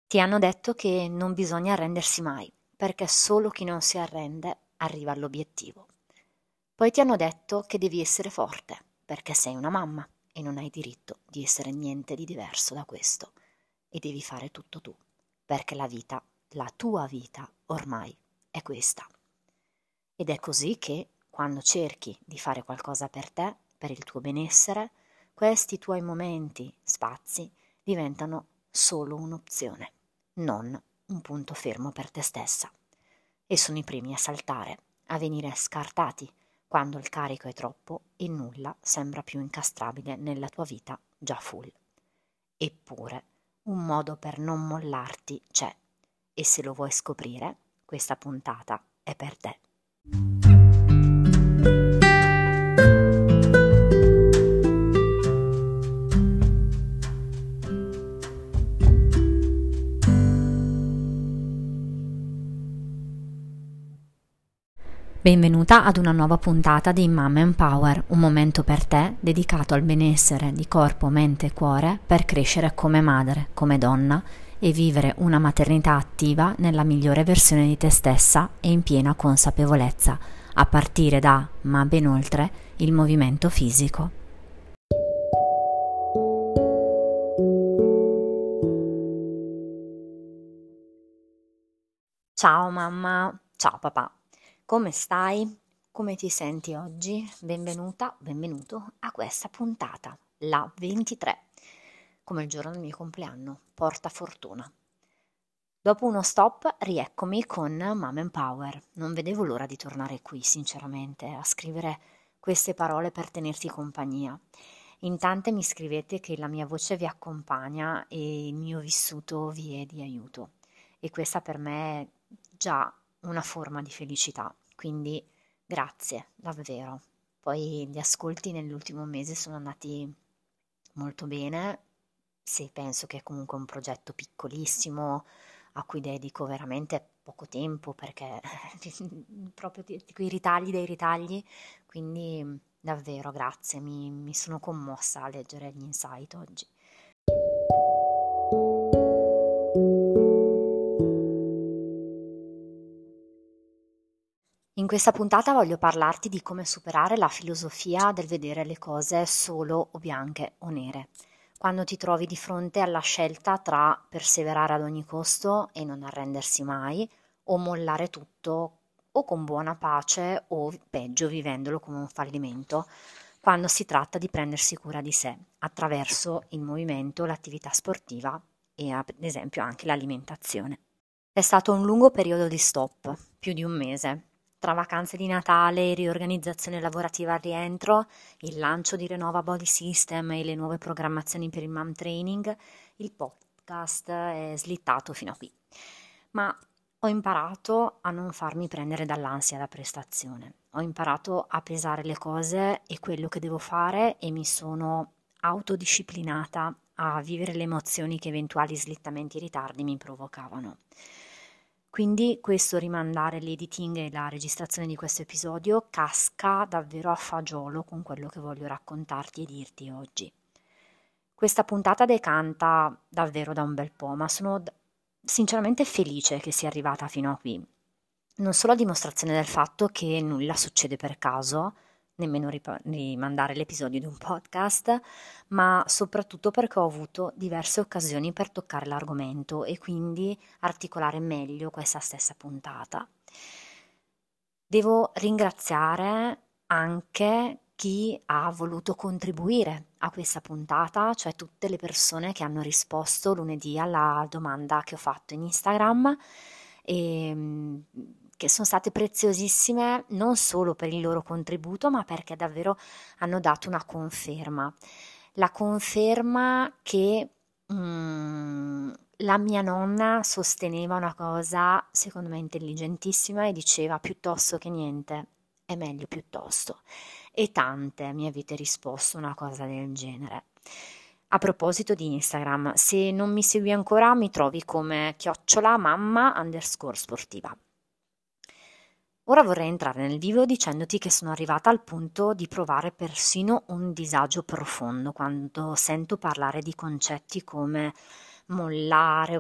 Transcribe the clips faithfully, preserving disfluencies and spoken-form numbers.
Ti hanno detto che non bisogna arrendersi mai, perché solo chi non si arrende arriva all'obiettivo. Poi ti hanno detto che devi essere forte, perché sei una mamma e non hai diritto di essere niente di diverso da questo. E devi fare tutto tu, perché la vita, la tua vita, ormai è questa. Ed è così che, quando cerchi di fare qualcosa per te, per il tuo benessere, questi tuoi momenti, spazi, diventano solo un'opzione, non un punto fermo per te stessa. E sono i primi a saltare, a venire scartati, quando il carico è troppo e nulla sembra più incastrabile nella tua vita già full. Eppure, un modo per non mollarti c'è, e se lo vuoi scoprire, questa puntata è per te. Benvenuta ad una nuova puntata di Mom Empower, un momento per te dedicato al benessere di corpo, mente e cuore per crescere come madre, come donna e vivere una maternità attiva nella migliore versione di te stessa e in piena consapevolezza, a partire da, ma ben oltre, il movimento fisico. Ciao mamma, ciao papà. Come stai? Come ti senti oggi? Benvenuta, benvenuto a questa puntata, la ventitré, come il giorno del mio compleanno, porta fortuna. Dopo uno stop rieccomi con Mom Empower. Non vedevo l'ora di tornare qui, sinceramente, a scrivere queste parole per tenerti compagnia. In tante mi scrivete che la mia voce vi accompagna e il mio vissuto vi è di aiuto. E questa per me è già una forma di felicità, quindi grazie, davvero. Poi gli ascolti nell'ultimo mese sono andati molto bene, sì, penso che è comunque un progetto piccolissimo a cui dedico veramente poco tempo perché proprio di, di quei ritagli dei ritagli, quindi davvero grazie, mi, mi sono commossa a leggere gli insight oggi. In questa puntata voglio parlarti di come superare la filosofia del vedere le cose solo o bianche o nere. Quando ti trovi di fronte alla scelta tra perseverare ad ogni costo e non arrendersi mai, o mollare tutto o con buona pace o peggio vivendolo come un fallimento, quando si tratta di prendersi cura di sé attraverso il movimento, l'attività sportiva e ad esempio anche l'alimentazione. È stato un lungo periodo di stop, più di un mese, tra vacanze di Natale, riorganizzazione lavorativa al rientro, il lancio di Renova Body System e le nuove programmazioni per il Mom Training, il podcast è slittato fino a qui. Ma ho imparato a non farmi prendere dall'ansia da prestazione. Ho imparato a pesare le cose e quello che devo fare e mi sono autodisciplinata a vivere le emozioni che eventuali slittamenti e ritardi mi provocavano. Quindi questo rimandare l'editing e la registrazione di questo episodio casca davvero a fagiolo con quello che voglio raccontarti e dirti oggi. Questa puntata decanta davvero da un bel po', ma sono sinceramente felice che sia arrivata fino a qui. Non solo a dimostrazione del fatto che nulla succede per caso, nemmeno rip- rimandare l'episodio di un podcast, ma soprattutto perché ho avuto diverse occasioni per toccare l'argomento e quindi articolare meglio questa stessa puntata. Devo ringraziare anche chi ha voluto contribuire a questa puntata, cioè tutte le persone che hanno risposto lunedì alla domanda che ho fatto in Instagram e che sono state preziosissime non solo per il loro contributo, ma perché davvero hanno dato una conferma. La conferma che mm, la mia nonna sosteneva una cosa secondo me intelligentissima e diceva piuttosto che niente, è meglio piuttosto. E tante mi avete risposto una cosa del genere. A proposito di Instagram, se non mi segui ancora mi trovi come chiocciola mamma underscore sportiva. Ora vorrei entrare nel vivo dicendoti che sono arrivata al punto di provare persino un disagio profondo quando sento parlare di concetti come mollare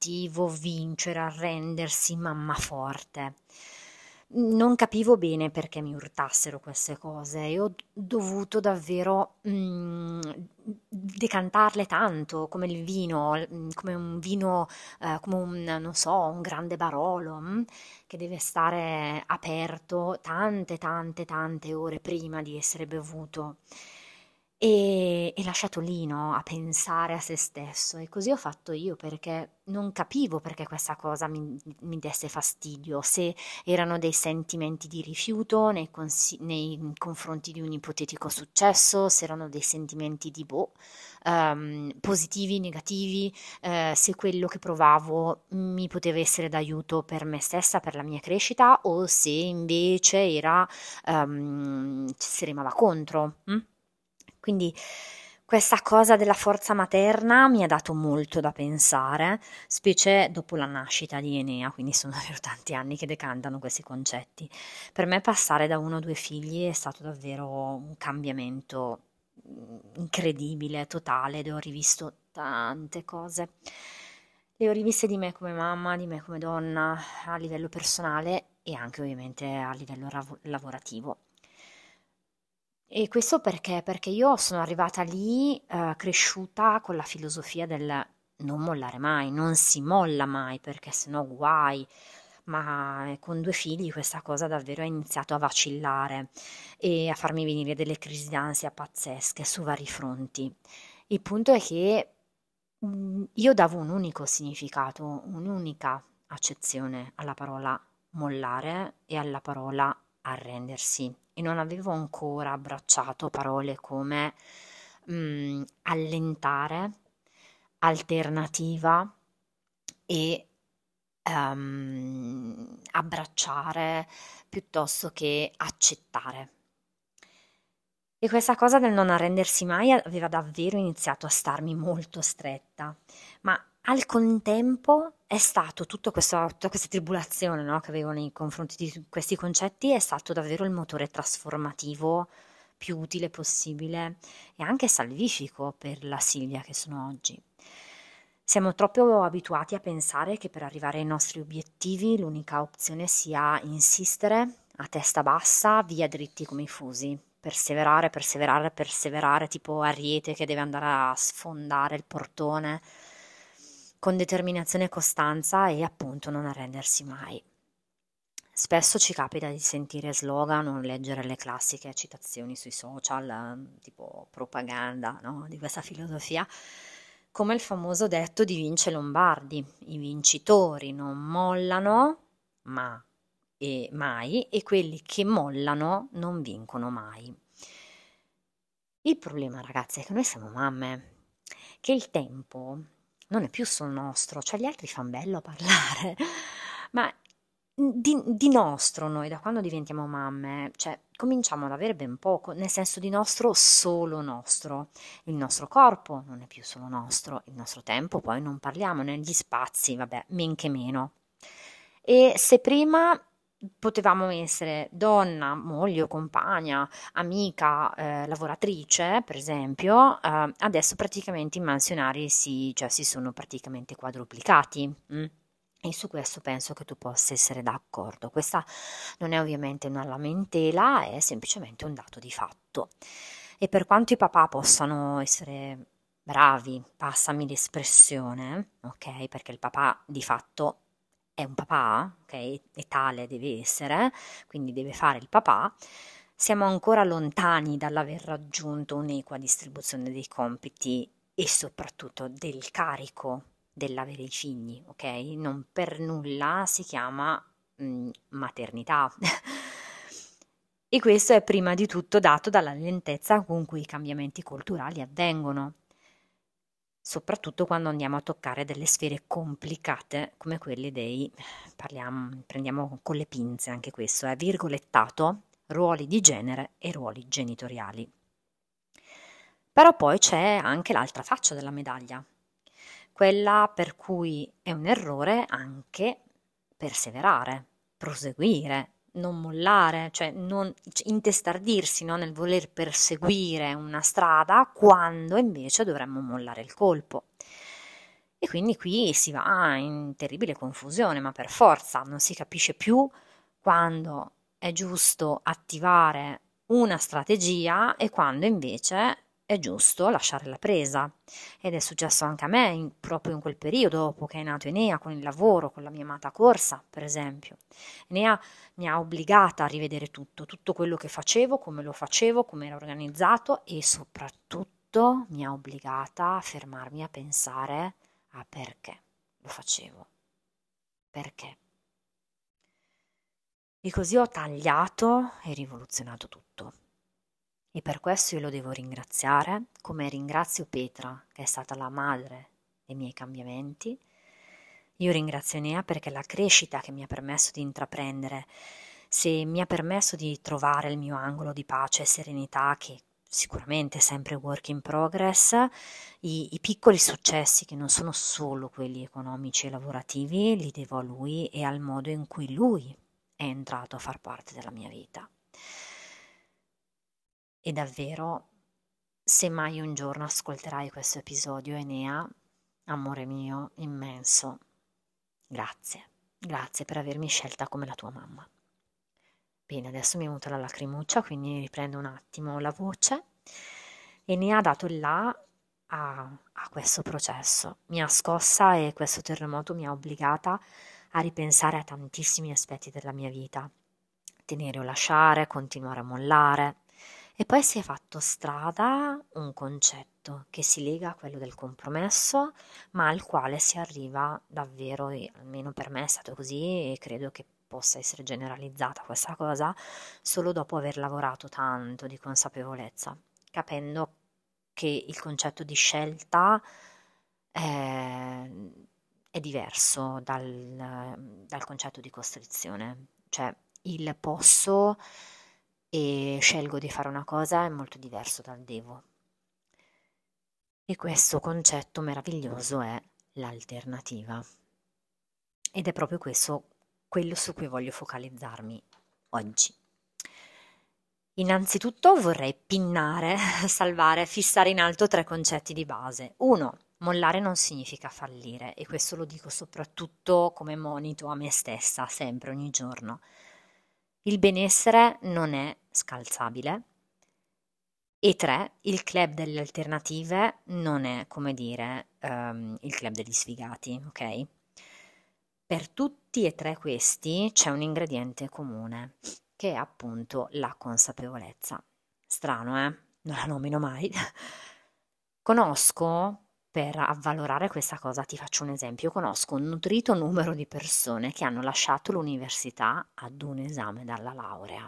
l'obiettivo, vincere, arrendersi, mamma forte. Non capivo bene perché mi urtassero queste cose e ho dovuto davvero mm, decantarle tanto, come il vino, mm, come un vino, eh, come un, non so, un grande Barolo, mm, che deve stare aperto tante, tante, tante ore prima di essere bevuto. E, e lasciato lì, no, a pensare a se stesso. E così ho fatto io perché non capivo perché questa cosa mi, mi desse fastidio, se erano dei sentimenti di rifiuto nei, consi- nei confronti di un ipotetico successo, se erano dei sentimenti di boh, ehm, positivi, negativi, eh, se quello che provavo mi poteva essere d'aiuto per me stessa, per la mia crescita, o se invece era, ehm, si remava contro. hm? Quindi questa cosa della forza materna mi ha dato molto da pensare, specie dopo la nascita di Enea, quindi sono davvero tanti anni che decantano questi concetti. Per me passare da uno a due figli è stato davvero un cambiamento mm, incredibile, totale, ed ho rivisto tante cose. Le ho riviste di me come mamma, di me come donna, a livello personale e anche ovviamente a livello rav- lavorativo. E questo perché? Perché io sono arrivata lì, eh, cresciuta con la filosofia del non mollare mai, non si molla mai perché sennò guai, ma eh, con due figli questa cosa davvero ha iniziato a vacillare e a farmi venire delle crisi d'ansia pazzesche su vari fronti. Il punto è che mm, io davo un unico significato, un'unica accezione alla parola mollare e alla parola arrendersi e non avevo ancora abbracciato parole come mm, allentare, alternativa e ehm, abbracciare piuttosto che accettare. E questa cosa del non arrendersi mai aveva davvero iniziato a starmi molto stretta, ma al contempo è stato tutto questo, tutta questa tribolazione, no, che avevo nei confronti di questi concetti, è stato davvero il motore trasformativo più utile possibile e anche salvifico per la Silvia che sono oggi. Siamo troppo abituati a pensare che per arrivare ai nostri obiettivi l'unica opzione sia insistere a testa bassa, via dritti come i fusi, perseverare, perseverare, perseverare, tipo Ariete che deve andare a sfondare il portone con determinazione e costanza e appunto non arrendersi mai. Spesso ci capita di sentire slogan o leggere le classiche citazioni sui social, eh, tipo propaganda, no, di questa filosofia, come il famoso detto di Vince Lombardi: i vincitori non mollano ma e mai e quelli che mollano non vincono mai. Il problema, ragazzi, è che noi siamo mamme, che il tempo non è più solo nostro, cioè gli altri fan bello a parlare, ma di, di nostro noi, da quando diventiamo mamme, cioè cominciamo ad avere ben poco, nel senso di nostro solo nostro. Il nostro corpo non è più solo nostro, il nostro tempo poi non parliamo, negli spazi, vabbè, men che meno. E se prima potevamo essere donna, moglie o compagna, amica, eh, lavoratrice, per esempio, eh, adesso praticamente i mansionari si, cioè, si sono praticamente quadruplicati. mm? E su questo penso che tu possa essere d'accordo. Questa non è ovviamente una lamentela, è semplicemente un dato di fatto. E per quanto i papà possano essere bravi, passami l'espressione, ok? Perché il papà di fatto è un papà, ok? E tale deve essere, quindi deve fare il papà. Siamo ancora lontani dall'aver raggiunto un'equa distribuzione dei compiti e soprattutto del carico dell'avere i figli, ok? Non per nulla si chiama mh, maternità. E questo è prima di tutto dato dalla lentezza con cui i cambiamenti culturali avvengono, soprattutto quando andiamo a toccare delle sfere complicate come quelle dei, parliamo, prendiamo con le pinze anche questo, è virgolettato, ruoli di genere e ruoli genitoriali. Però poi c'è anche l'altra faccia della medaglia, quella per cui è un errore anche perseverare, proseguire, non mollare, cioè non cioè intestardirsi, no, nel voler perseguire una strada quando invece dovremmo mollare il colpo. E quindi qui si va in terribile confusione, ma per forza non si capisce più quando è giusto attivare una strategia e quando invece è giusto lasciare la presa. Ed è successo anche a me in- proprio in quel periodo, dopo che è nato Enea, con il lavoro, con la mia amata corsa, per esempio. Enea mi ha obbligata a rivedere tutto, tutto quello che facevo, come lo facevo, come era organizzato e soprattutto mi ha obbligata a fermarmi a pensare a perché lo facevo, perché. E così ho tagliato e rivoluzionato tutto. E per questo io lo devo ringraziare, come ringrazio Petra, che è stata la madre dei miei cambiamenti. Io ringrazio Enea perché la crescita che mi ha permesso di intraprendere, se mi ha permesso di trovare il mio angolo di pace e serenità, che sicuramente è sempre work in progress, i, i piccoli successi che non sono solo quelli economici e lavorativi, li devo a lui e al modo in cui lui è entrato a far parte della mia vita. E davvero, se mai un giorno ascolterai questo episodio, Enea, amore mio immenso, grazie, grazie per avermi scelta come la tua mamma. Bene, adesso mi è venuta la lacrimuccia, quindi riprendo un attimo la voce. E ne ha dato il là a, a questo processo. Mi ha scossa e questo terremoto mi ha obbligata a ripensare a tantissimi aspetti della mia vita. Tenere o lasciare, continuare a mollare. E poi si è fatto strada un concetto che si lega a quello del compromesso, ma al quale si arriva davvero, e almeno per me è stato così e credo che possa essere generalizzata questa cosa, solo dopo aver lavorato tanto di consapevolezza, capendo che il concetto di scelta è, è diverso dal, dal concetto di costrizione, cioè il posso e scelgo di fare una cosa è molto diverso dal devo. E questo concetto meraviglioso è l'alternativa. Ed è proprio questo quello su cui voglio focalizzarmi oggi. Innanzitutto vorrei pinnare, salvare, fissare in alto tre concetti di base. Uno, mollare non significa fallire, e questo lo dico soprattutto come monito a me stessa, sempre, ogni giorno. Il benessere non è scalzabile. E tre, il club delle alternative non è, come dire, um, il club degli sfigati, ok? Per tutti e tre questi c'è un ingrediente comune, che è appunto la consapevolezza. Strano, eh? Non la nomino mai. Conosco, per avvalorare questa cosa, ti faccio un esempio, conosco un nutrito numero di persone che hanno lasciato l'università ad un esame dalla laurea.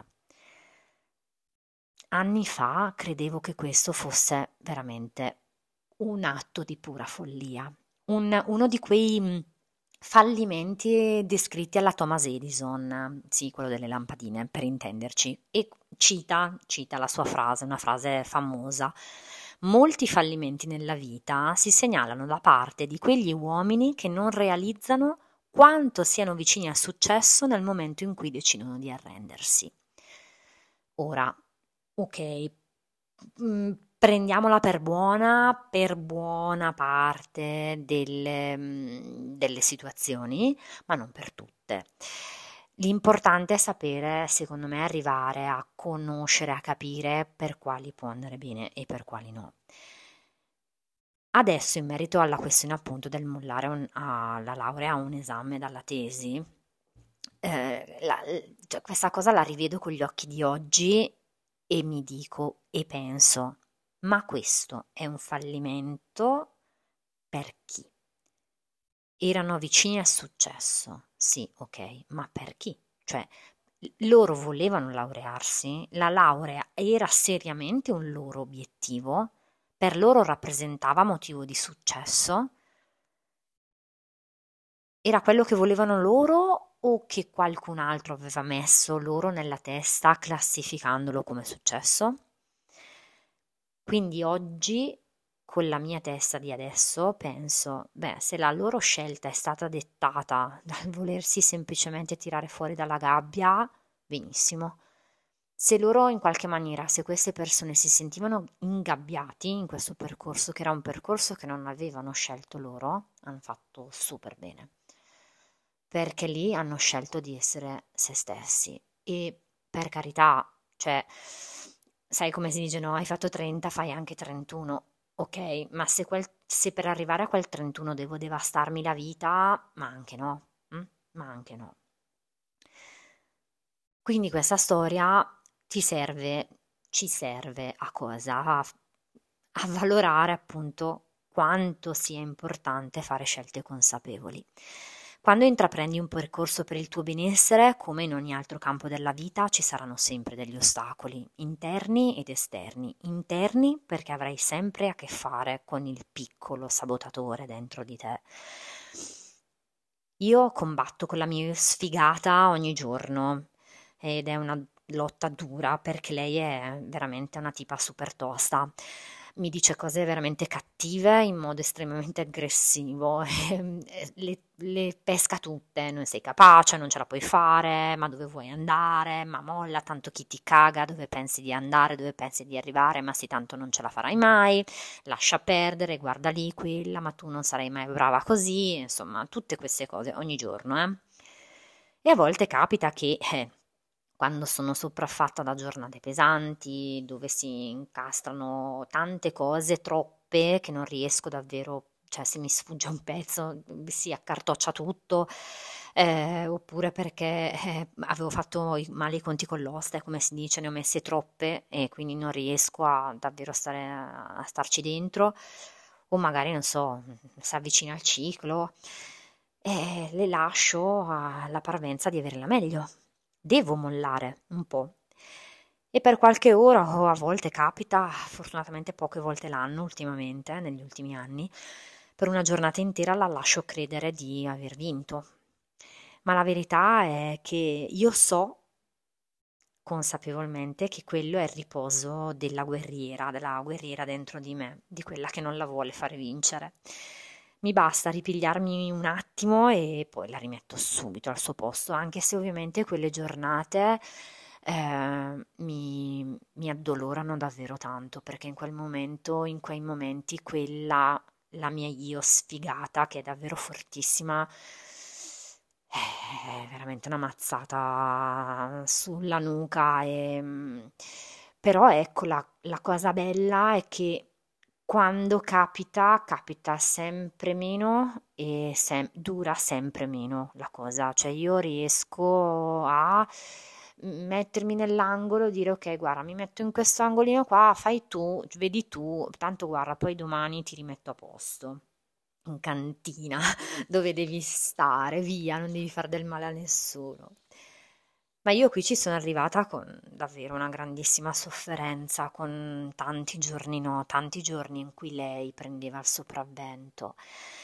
Anni fa credevo che questo fosse veramente un atto di pura follia, un- uno di quei mh, fallimenti descritti alla Thomas Edison, sì, quello delle lampadine, per intenderci, e cita, cita la sua frase, una frase famosa. Molti fallimenti nella vita si segnalano da parte di quegli uomini che non realizzano quanto siano vicini al successo nel momento in cui decidono di arrendersi. Ora, ok, mm, prendiamola per buona per buona parte delle, mm, delle situazioni, ma non per tutte. L'importante è sapere, secondo me, arrivare a conoscere, a capire per quali può andare bene e per quali no. Adesso, in merito alla questione appunto del mollare un- a- la laurea a un esame dalla tesi, eh, la- cioè, questa cosa la rivedo con gli occhi di oggi e mi dico e penso, ma questo è un fallimento per chi? Erano vicini al successo, sì, ok, ma per chi? Cioè, loro volevano laurearsi, la laurea era seriamente un loro obiettivo, per loro rappresentava motivo di successo, era quello che volevano loro o che qualcun altro aveva messo loro nella testa classificandolo come successo? Quindi oggi, con la mia testa di adesso, penso, beh, se la loro scelta è stata dettata dal volersi semplicemente tirare fuori dalla gabbia, benissimo. se loro in qualche maniera, se queste persone si sentivano ingabbiati in questo percorso, che era un percorso che non avevano scelto loro, hanno fatto super bene, perché lì hanno scelto di essere se stessi e per carità, cioè, sai come si dice, no, hai fatto trenta, fai anche trentuno, ok, ma se, quel, se per arrivare a quel trentuno devo devastarmi la vita, ma anche no, mm? ma anche no. Quindi questa storia ti serve, ci serve a cosa? A, a valorare appunto quanto sia importante fare scelte consapevoli. Quando intraprendi un percorso per il tuo benessere, come in ogni altro campo della vita, ci saranno sempre degli ostacoli, interni ed esterni. Interni perché avrai sempre a che fare con il piccolo sabotatore dentro di te. Io combatto con la mia io sfigata ogni giorno ed è una lotta dura perché lei è veramente una tipa super tosta. Mi dice cose veramente cattive in modo estremamente aggressivo, e le, le pesca tutte, non sei capace, non ce la puoi fare, ma dove vuoi andare, ma molla, tanto chi ti caga, dove pensi di andare, dove pensi di arrivare, ma sì, tanto non ce la farai mai, lascia perdere, guarda lì quella, ma tu non sarai mai brava così, insomma, tutte queste cose ogni giorno, eh. E a volte capita che, eh, quando sono sopraffatta da giornate pesanti, dove si incastrano tante cose, troppe, che non riesco davvero, cioè se mi sfugge un pezzo si accartoccia tutto, eh, oppure perché eh, avevo fatto i- male i conti con l'oste, come si dice, ne ho messe troppe e quindi non riesco a davvero stare, a starci dentro, o magari non so, si avvicina il ciclo e le lascio alla parvenza di averla meglio. Devo mollare un po'. E per qualche ora, o a volte capita, fortunatamente poche volte l'anno ultimamente, negli ultimi anni, per una giornata intera la lascio credere di aver vinto. Ma la verità è che io so consapevolmente che quello è il riposo della guerriera, della guerriera dentro di me, di quella che non la vuole fare vincere. Mi basta ripigliarmi un attimo e poi la rimetto subito al suo posto, anche se ovviamente quelle giornate eh, mi, mi addolorano davvero tanto, perché in quel momento, in quei momenti, quella, la mia io sfigata, che è davvero fortissima, è veramente una mazzata sulla nuca. E, mm, però ecco, la, la cosa bella è che quando capita, capita sempre meno e sem- dura sempre meno la cosa. Cioè io riesco a mettermi nell'angolo e dire ok, guarda, mi metto in questo angolino qua, fai tu, vedi tu, tanto guarda, poi domani ti rimetto a posto in cantina dove devi stare, via, non devi far del male a nessuno. Ma io qui ci sono arrivata con davvero una grandissima sofferenza, con tanti giorni no, tanti giorni in cui lei prendeva il sopravvento.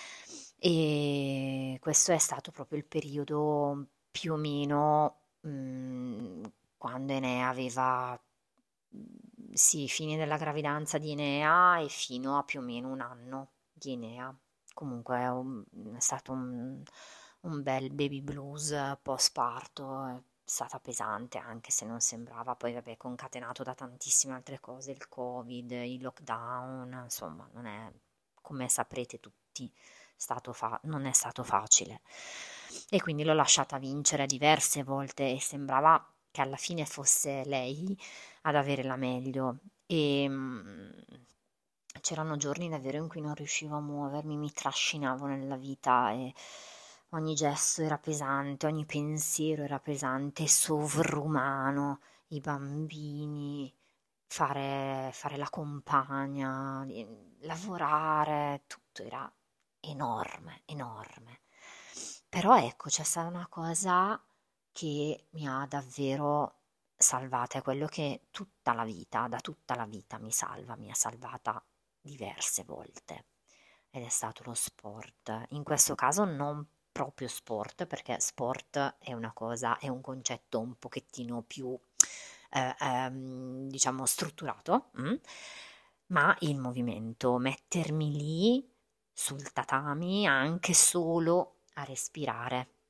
E questo è stato proprio il periodo più o meno mm, quando Enea aveva, mm, sì, fine della gravidanza di Enea e fino a più o meno un anno di Enea. Comunque è, un- è stato un, un bel baby blues post-parto, è stata pesante anche se non sembrava, poi vabbè concatenato da tantissime altre cose, il Covid, il lockdown, insomma non è, come saprete tutti, stato fa- non è stato facile. E quindi l'ho lasciata vincere diverse volte e sembrava che alla fine fosse lei ad avere la meglio. E mm, c'erano giorni davvero in cui non riuscivo a muovermi, mi trascinavo nella vita e ogni gesto era pesante, ogni pensiero era pesante, sovrumano, i bambini, fare, fare la compagna, eh, lavorare, tutto era enorme, enorme. Però ecco, c'è stata una cosa che mi ha davvero salvata, è quello che tutta la vita, da tutta la vita mi salva, mi ha salvata diverse volte ed è stato lo sport. In questo caso non proprio sport, perché sport è una cosa, è un concetto un pochettino più, eh, ehm, diciamo, strutturato, mm? Ma il movimento, mettermi lì sul tatami anche solo a respirare,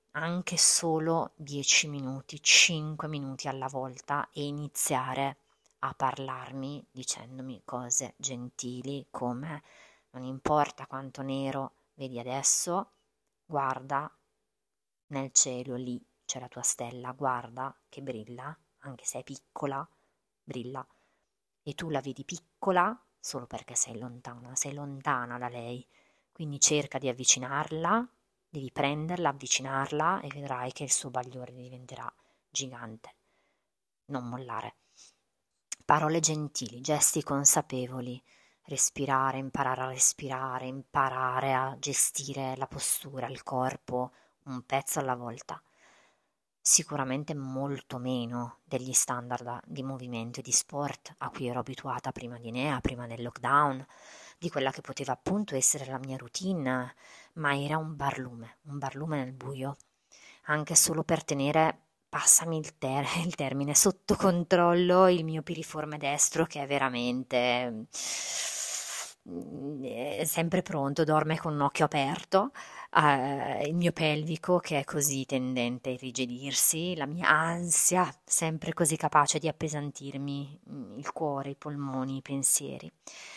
anche solo dieci minuti, cinque minuti alla volta e iniziare a parlarmi dicendomi cose gentili come non importa quanto nero vedi adesso, guarda nel cielo lì c'è la tua stella, guarda che brilla, anche se è piccola, brilla. E tu la vedi piccola solo perché sei lontana, sei lontana da lei. Quindi cerca di avvicinarla, devi prenderla, avvicinarla e vedrai che il suo bagliore diventerà gigante. Non mollare. Parole gentili, gesti consapevoli, respirare, imparare a respirare, imparare a gestire la postura, il corpo, un pezzo alla volta. Sicuramente molto meno degli standard di movimento e di sport a cui ero abituata prima di Enea, prima del lockdown, di quella che poteva appunto essere la mia routine, ma era un barlume, un barlume nel buio, anche solo per tenere, passami il, ter- il termine, sotto controllo il mio piriforme destro che è veramente mm, è sempre pronto, dorme con un occhio aperto, eh, il mio pelvico che è così tendente a irrigidirsi, la mia ansia sempre così capace di appesantirmi mm, il cuore, i polmoni, i pensieri.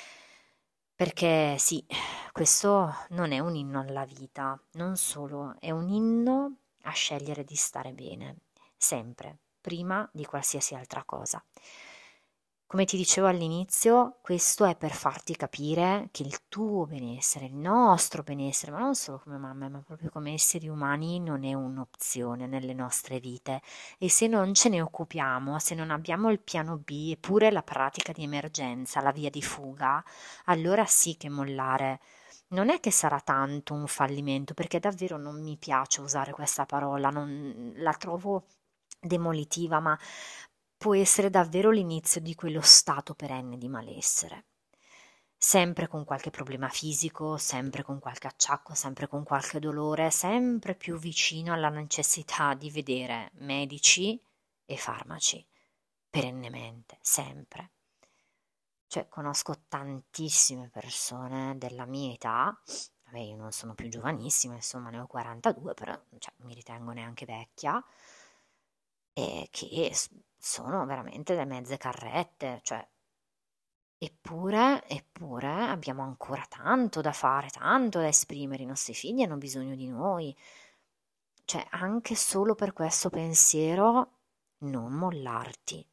Perché sì, questo non è un inno alla vita, non solo, è un inno a scegliere di stare bene, sempre, prima di qualsiasi altra cosa. Come ti dicevo all'inizio, questo è per farti capire che il tuo benessere, il nostro benessere, ma non solo come mamme, ma proprio come esseri umani, non è un'opzione nelle nostre vite. E se non ce ne occupiamo, se non abbiamo il piano B, eppure la pratica di emergenza, la via di fuga, allora sì che mollare non è che sarà tanto un fallimento, perché davvero non mi piace usare questa parola, non, la trovo demolitiva, ma può essere davvero l'inizio di quello stato perenne di malessere. Sempre con qualche problema fisico, sempre con qualche acciacco, sempre con qualche dolore, sempre più vicino alla necessità di vedere medici e farmaci, perennemente, sempre. Cioè, conosco tantissime persone della mia età, vabbè, io non sono più giovanissima, insomma, ne ho quarantadue, però cioè, mi ritengo neanche vecchia, e che s- sono veramente le mezze carrette, cioè, eppure, eppure abbiamo ancora tanto da fare, tanto da esprimere, i nostri figli hanno bisogno di noi, cioè, anche solo per questo pensiero, non mollarti.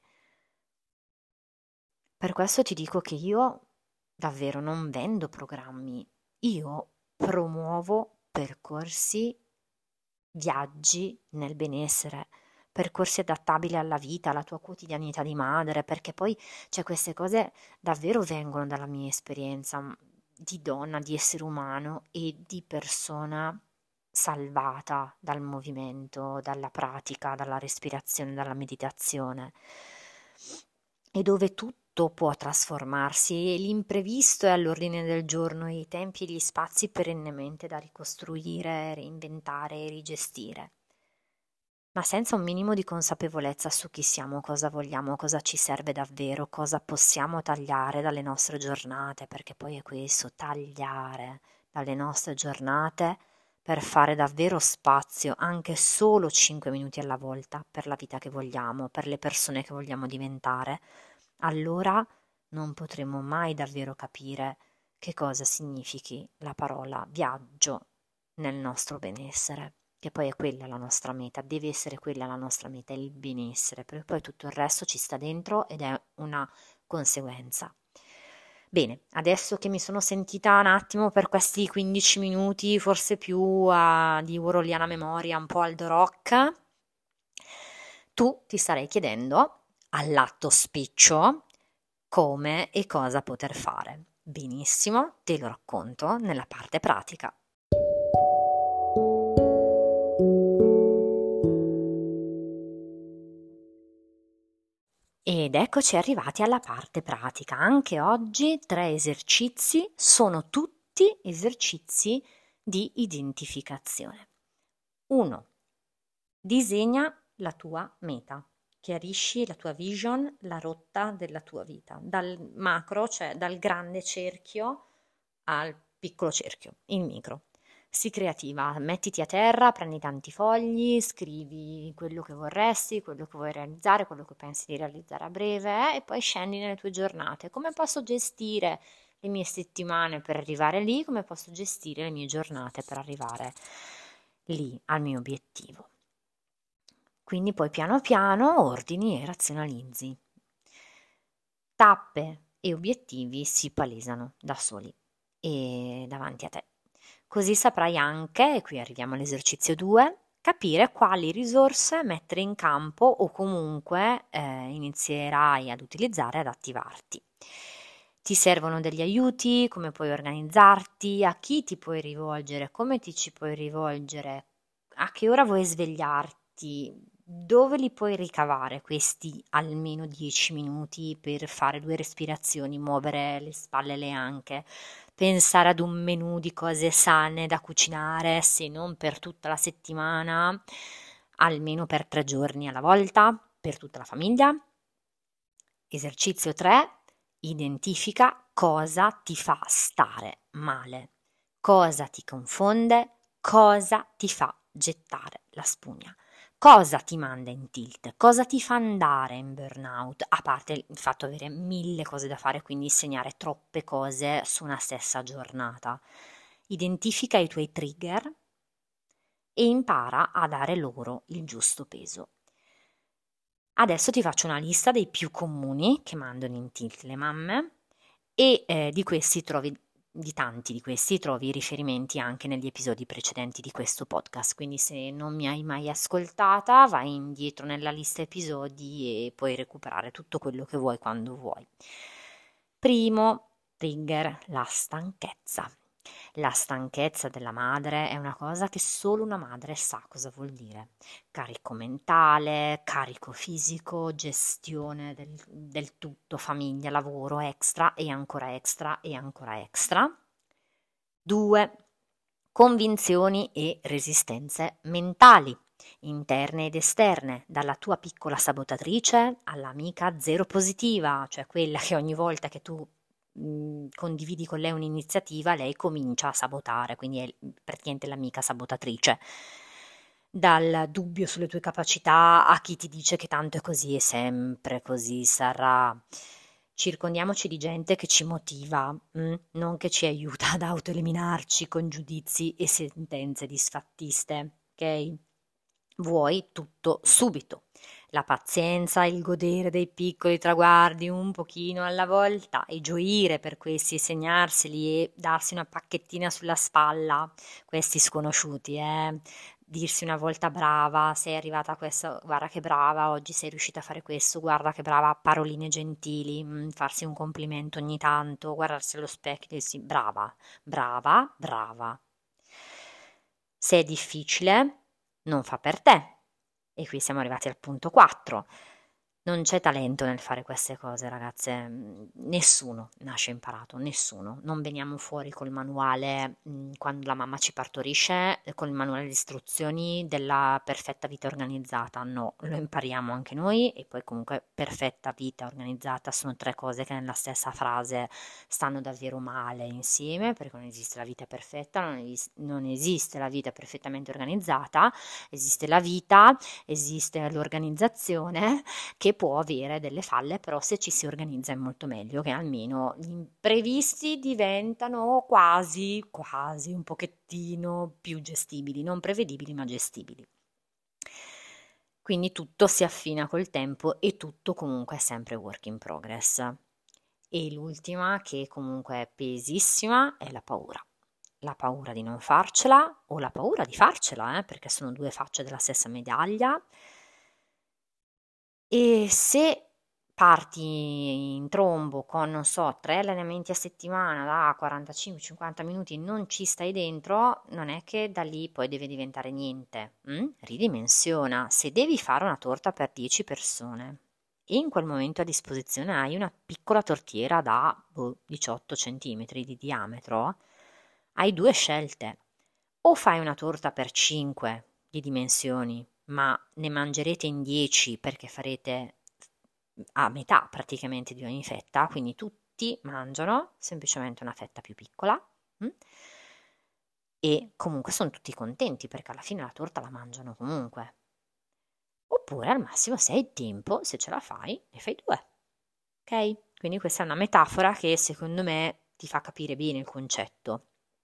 Per questo ti dico che io davvero non vendo programmi, io promuovo percorsi, viaggi nel benessere, percorsi adattabili alla vita, alla tua quotidianità di madre, perché poi cioè, queste cose davvero vengono dalla mia esperienza mm, di donna, di essere umano e di persona salvata dal movimento, dalla pratica, dalla respirazione, dalla meditazione e dove tutto può trasformarsi e l'imprevisto è all'ordine del giorno e i tempi e gli spazi perennemente da ricostruire, reinventare e rigestire, ma senza un minimo di consapevolezza su chi siamo, cosa vogliamo, cosa ci serve davvero, cosa possiamo tagliare dalle nostre giornate, perché poi è questo, tagliare dalle nostre giornate per fare davvero spazio, anche solo cinque minuti alla volta, per la vita che vogliamo, per le persone che vogliamo diventare, allora non potremo mai davvero capire che cosa significhi la parola viaggio nel nostro benessere, che poi è quella la nostra meta, deve essere quella la nostra meta, il benessere, perché poi tutto il resto ci sta dentro ed è una conseguenza. Bene, adesso che mi sono sentita un attimo per questi quindici minuti, forse più a, di Oroliana memoria, un po' Aldo Rock, tu ti starei chiedendo all'atto spiccio come e cosa poter fare. Benissimo, te lo racconto nella parte pratica. Ed eccoci arrivati alla parte pratica. Anche oggi tre esercizi sono tutti esercizi di identificazione. uno. Disegna la tua meta. Chiarisci la tua vision, la rotta della tua vita, dal macro, cioè dal grande cerchio al piccolo cerchio, il micro. Sii creativa, mettiti a terra, prendi tanti fogli, scrivi quello che vorresti, quello che vuoi realizzare, quello che pensi di realizzare a breve, eh, e poi scendi nelle tue giornate. Come posso gestire le mie settimane per arrivare lì? Come posso gestire le mie giornate per arrivare lì al mio obiettivo? Quindi poi piano piano ordini e razionalizzi. Tappe e obiettivi si palesano da soli e davanti a te. Così saprai anche, e qui arriviamo all'esercizio due, capire quali risorse mettere in campo o comunque eh, inizierai ad utilizzare, ad attivarti. Ti servono degli aiuti, come puoi organizzarti, a chi ti puoi rivolgere, come ti ci puoi rivolgere, a che ora vuoi svegliarti, dove li puoi ricavare questi almeno dieci minuti per fare due respirazioni, muovere le spalle e le anche, pensare ad un menù di cose sane da cucinare, se non per tutta la settimana, almeno per tre giorni alla volta, per tutta la famiglia. Esercizio tre. Identifica cosa ti fa stare male, cosa ti confonde, cosa ti fa gettare la spugna. Cosa ti manda in tilt? Cosa ti fa andare in burnout? A parte il fatto di avere mille cose da fare, quindi segnare troppe cose su una stessa giornata. Identifica i tuoi trigger e impara a dare loro il giusto peso. Adesso ti faccio una lista dei più comuni che mandano in tilt le mamme e eh, di questi trovi di tanti di questi trovi riferimenti anche negli episodi precedenti di questo podcast, quindi se non mi hai mai ascoltata vai indietro nella lista episodi e puoi recuperare tutto quello che vuoi quando vuoi. Primo trigger, la stanchezza. La stanchezza della madre è una cosa che solo una madre sa cosa vuol dire. Carico mentale, carico fisico, gestione del, del tutto, famiglia, lavoro, extra e ancora extra e ancora extra. Due. Convinzioni e resistenze mentali, interne ed esterne, dalla tua piccola sabotatrice all'amica zero positiva, cioè quella che ogni volta che tu mh, condividi con lei un'iniziativa, lei comincia a sabotare, quindi è praticamente l'amica sabotatrice. Dal dubbio sulle tue capacità a chi ti dice che tanto è così e sempre così sarà. Circondiamoci di gente che ci motiva, mh? non che ci aiuta ad autoeliminarci con giudizi e sentenze disfattiste, ok? Vuoi tutto subito. La pazienza, il godere dei piccoli traguardi un pochino alla volta e gioire per questi e segnarseli e darsi una pacchettina sulla spalla, questi sconosciuti, eh? Dirsi una volta brava, sei arrivata a questo, guarda che brava, oggi sei riuscita a fare questo, guarda che brava, paroline gentili, mh, farsi un complimento ogni tanto, guardarsi allo specchio e dirsi brava, brava, brava. Se è difficile, non fa per te. E qui siamo arrivati al punto quattro. Non c'è talento nel fare queste cose, ragazze. Nessuno nasce imparato, nessuno. Non veniamo fuori col manuale mh, quando la mamma ci partorisce, eh, con il manuale di istruzioni della perfetta vita organizzata. No, lo impariamo anche noi e poi comunque perfetta vita organizzata sono tre cose che nella stessa frase stanno davvero male insieme, perché non esiste la vita perfetta, non, es- non esiste la vita perfettamente organizzata, esiste la vita, esiste l'organizzazione che può avere delle falle, però se ci si organizza è molto meglio, che almeno gli imprevisti diventano quasi, quasi un pochettino più gestibili, non prevedibili ma gestibili. Quindi tutto si affina col tempo e tutto comunque è sempre work in progress. E l'ultima, che comunque è pesissima, è la paura. La paura di non farcela o la paura di farcela, eh, perché sono due facce della stessa medaglia. E se parti in trombo con, non so, tre allenamenti a settimana da quarantacinque cinquanta minuti e non ci stai dentro, non è che da lì poi deve diventare niente. Mm? Ridimensiona. Se devi fare una torta per dieci persone e in quel momento a disposizione hai una piccola tortiera da boh, diciotto centimetri di diametro, hai due scelte. O fai una torta per cinque di dimensioni, ma ne mangerete in dieci perché farete a metà praticamente di ogni fetta, quindi tutti mangiano semplicemente una fetta più piccola, mm? e comunque sono tutti contenti perché alla fine la torta la mangiano comunque. Oppure al massimo, se hai tempo, se ce la fai, ne fai due, ok? Quindi questa è una metafora che secondo me ti fa capire bene il concetto.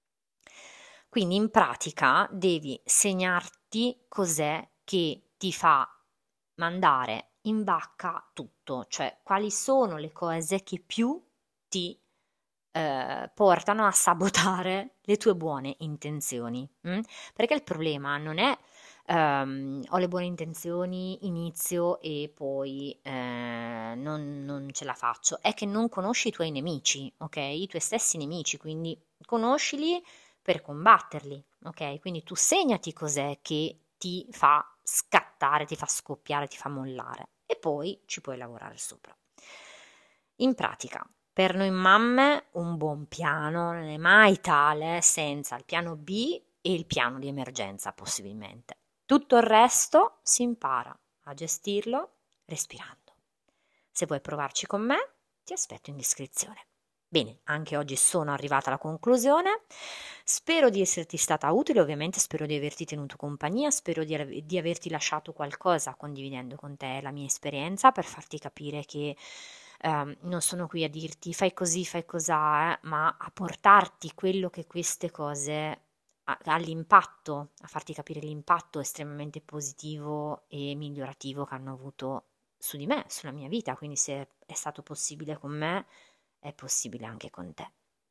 Quindi in pratica devi segnarti cos'è che ti fa mandare in vacca tutto, cioè quali sono le cose che più ti eh, portano a sabotare le tue buone intenzioni. Hm? Perché il problema non è Um, ho le buone intenzioni, inizio e poi eh, non, non ce la faccio, è che non conosci i tuoi nemici, ok? I tuoi stessi nemici, quindi conoscili per combatterli, ok? Quindi tu segnati cos'è che ti fa scattare, ti fa scoppiare, ti fa mollare e poi ci puoi lavorare sopra. In pratica, per noi mamme un buon piano non è mai tale senza il piano B e il piano di emergenza possibilmente. Tutto il resto si impara a gestirlo respirando. Se vuoi provarci con me, ti aspetto in descrizione. Bene, anche oggi sono arrivata alla conclusione. Spero di esserti stata utile, ovviamente spero di averti tenuto compagnia, spero di, di averti lasciato qualcosa condividendo con te la mia esperienza per farti capire che Um, non sono qui a dirti fai così, fai cosà, eh, ma a portarti quello che queste cose all'impatto, a farti capire l'impatto estremamente positivo e migliorativo che hanno avuto su di me, sulla mia vita, quindi se è stato possibile con me, è possibile anche con te.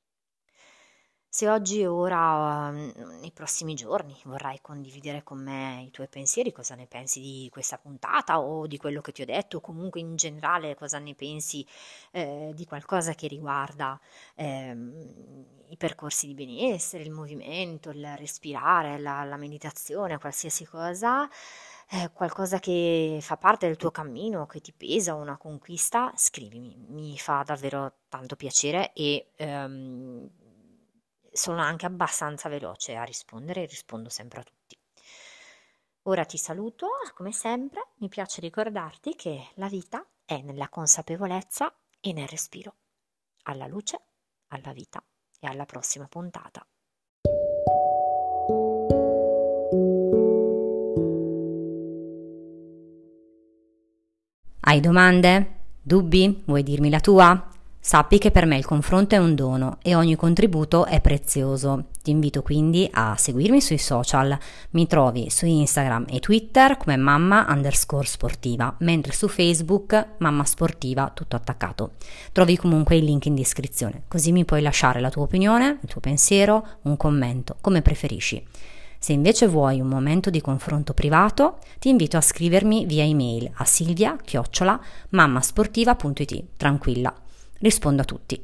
Se oggi o ora, nei prossimi giorni, vorrai condividere con me i tuoi pensieri, cosa ne pensi di questa puntata o di quello che ti ho detto, o comunque in generale cosa ne pensi eh, di qualcosa che riguarda ehm, i percorsi di benessere, il movimento, il respirare, la, la meditazione, qualsiasi cosa, eh, qualcosa che fa parte del tuo cammino, che ti pesa, una conquista, scrivimi, mi fa davvero tanto piacere e ehm, sono anche abbastanza veloce a rispondere e rispondo sempre a tutti. Ora ti saluto, come sempre mi piace ricordarti che la vita è nella consapevolezza e nel respiro. Alla luce, alla vita e alla prossima puntata. Hai domande? Dubbi? Vuoi dirmi la tua? Sappi che per me il confronto è un dono e ogni contributo è prezioso. Ti invito quindi a seguirmi sui social. Mi trovi su Instagram e Twitter come mamma underscore sportiva, mentre su Facebook mamma sportiva tutto attaccato. Trovi comunque il link in descrizione, così mi puoi lasciare la tua opinione, il tuo pensiero, un commento, come preferisci. Se invece vuoi un momento di confronto privato, ti invito a scrivermi via email a silvia chiocciola mammasportiva punto it. Tranquilla, rispondo a tutti.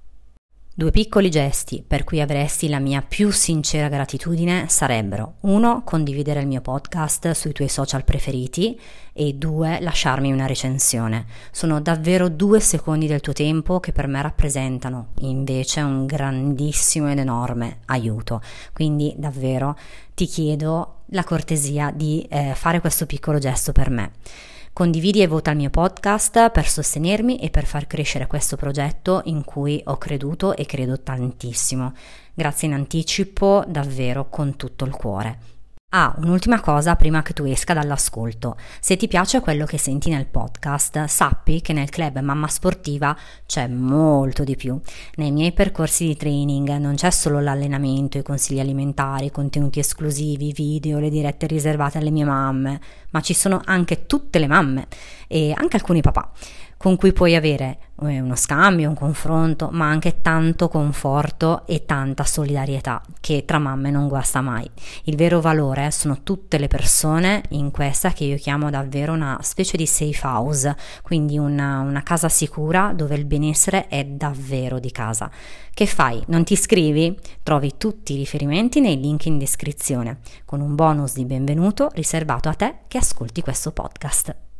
Due piccoli gesti per cui avresti la mia più sincera gratitudine sarebbero: uno, condividere il mio podcast sui tuoi social preferiti e due, lasciarmi una recensione. Sono davvero due secondi del tuo tempo che per me rappresentano invece un grandissimo ed enorme aiuto. Quindi davvero ti chiedo la cortesia di eh, fare questo piccolo gesto per me. Condividi e vota il mio podcast per sostenermi e per far crescere questo progetto in cui ho creduto e credo tantissimo. Grazie in anticipo, davvero con tutto il cuore. Ah, un'ultima cosa prima che tu esca dall'ascolto. Se ti piace quello che senti nel podcast, sappi che nel club Mamma Sportiva c'è molto di più. Nei miei percorsi di training non c'è solo l'allenamento, i consigli alimentari, contenuti esclusivi, video, le dirette riservate alle mie mamme, ma ci sono anche tutte le mamme e anche alcuni papà, con cui puoi avere uno scambio, un confronto, ma anche tanto conforto e tanta solidarietà che tra mamme non guasta mai. Il vero valore sono tutte le persone in questa che io chiamo davvero una specie di safe house, quindi una, una casa sicura dove il benessere è davvero di casa. Che fai? Non ti iscrivi? Trovi tutti i riferimenti nei link in descrizione, con un bonus di benvenuto riservato a te che ascolti questo podcast.